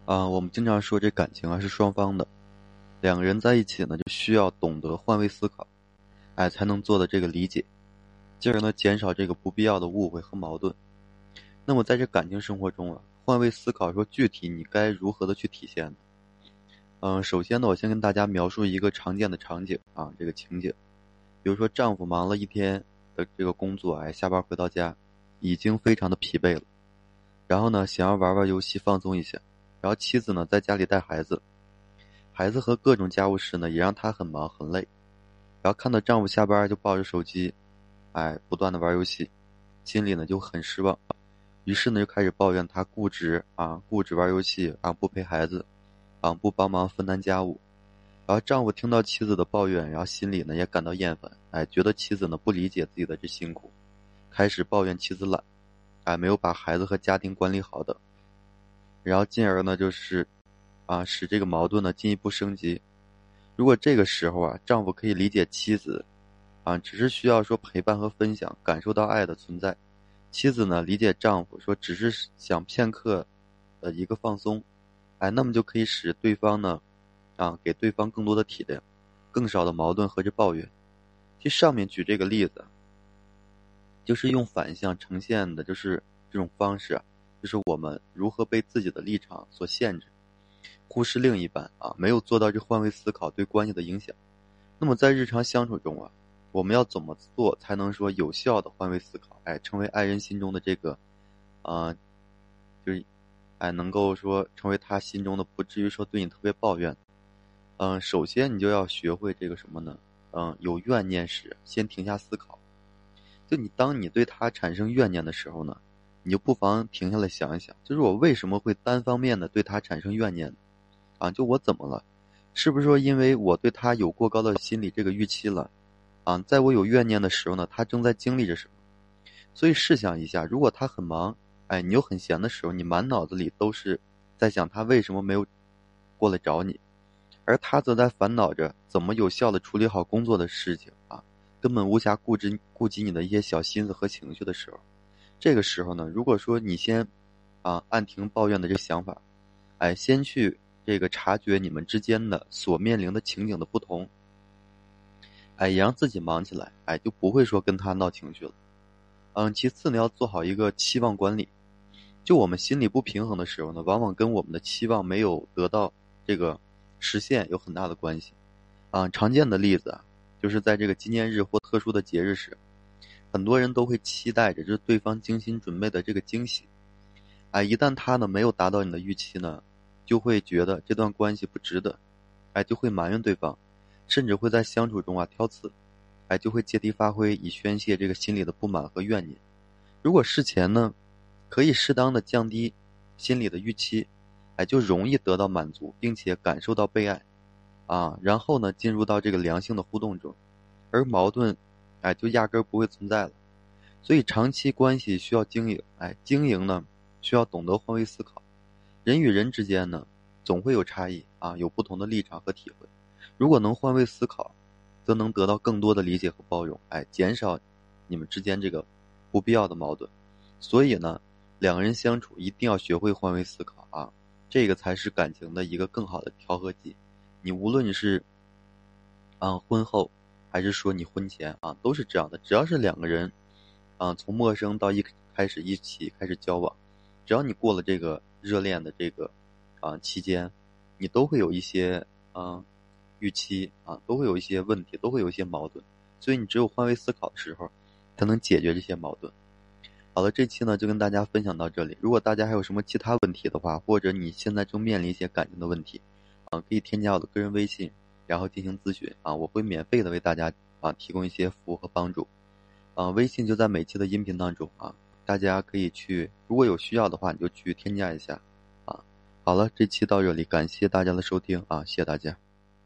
我们经常说这感情是双方的，两个人在一起呢，就需要懂得换位思考，才能做的这个理解，进而呢减少这个不必要的误会和矛盾。那么在这感情生活中换位思考说具体你该如何的去体现呢？首先呢，我先跟大家描述一个常见的场景这个情景，比如说丈夫忙了一天的这个工作，下班回到家，已经非常的疲惫了，然后呢想要玩玩游戏放松一下，然后妻子呢在家里带孩子，孩子和各种家务事呢也让她很忙很累，然后看到丈夫下班就抱着手机，不断的玩游戏，心里呢就很失望，于是呢就开始抱怨他固执玩游戏不陪孩子不帮忙分担家务。然后丈夫听到妻子的抱怨，然后心里呢也感到厌烦，觉得妻子呢不理解自己的这辛苦，开始抱怨妻子懒，没有把孩子和家庭管理好的，然后进而呢就是使这个矛盾呢进一步升级。如果这个时候丈夫可以理解妻子只是需要说陪伴和分享，感受到爱的存在，妻子呢理解丈夫说只是想片刻的一个放松，那么就可以使对方呢给对方更多的体谅，更少的矛盾和这抱怨。其实上面举这个例子就是用反向呈现的，就是这种方式就是我们如何被自己的立场所限制，忽视另一半没有做到这换位思考对关系的影响。那么在日常相处中我们要怎么做才能说有效的换位思考，成为爱人心中的这个啊、就是能够说成为他心中的，不至于说对你特别抱怨。首先你就要学会这个什么呢？有怨念时先停下思考。就当你对他产生怨念的时候呢，你就不妨停下来想一想，就是我为什么会单方面的对他产生怨念呢？就我怎么了？是不是说因为我对他有过高的心理这个预期了？在我有怨念的时候呢，他正在经历着什么？所以试想一下，如果他很忙，你又很闲的时候，你满脑子里都是在想他为什么没有过来找你，而他则在烦恼着怎么有效的处理好工作的事情根本无暇顾及你的一些小心思和情绪的时候，这个时候呢，如果说你先按停抱怨的这想法，先去这个察觉你们之间的所面临的情景的不同，也让自己忙起来，就不会说跟他闹情绪了。其次呢，要做好一个期望管理。就我们心理不平衡的时候呢，往往跟我们的期望没有得到这个实现有很大的关系。常见的例子就是在这个纪念日或特殊的节日时，很多人都会期待着就是对方精心准备的这个惊喜。一旦他呢没有达到你的预期呢，就会觉得这段关系不值得，就会埋怨对方，甚至会在相处中挑刺，就会借题发挥以宣泄这个心里的不满和怨念。如果事前呢，可以适当的降低心理的预期，就容易得到满足，并且感受到被爱然后呢，进入到这个良性的互动中，而矛盾就压根儿不会存在了。所以长期关系需要经营，经营呢需要懂得换位思考。人与人之间呢，总会有差异有不同的立场和体会。如果能换位思考，则能得到更多的理解和包容，减少你们之间这个不必要的矛盾。所以呢，两个人相处一定要学会换位思考这个才是感情的一个更好的调和剂。你无论你是婚后，还是说你婚前都是这样的。只要是两个人从陌生到开始一起开始交往，只要你过了这个热恋的这个期间，你都会有一些预期都会有一些问题，都会有一些矛盾，所以你只有换位思考的时候，才能解决这些矛盾。好了，这期呢就跟大家分享到这里。如果大家还有什么其他问题的话，或者你现在正面临一些感情的问题可以添加我的个人微信，然后进行咨询我会免费的为大家提供一些服务和帮助微信就在每期的音频当中大家可以去，如果有需要的话，你就去添加一下好了，这期到这里，感谢大家的收听谢谢大家。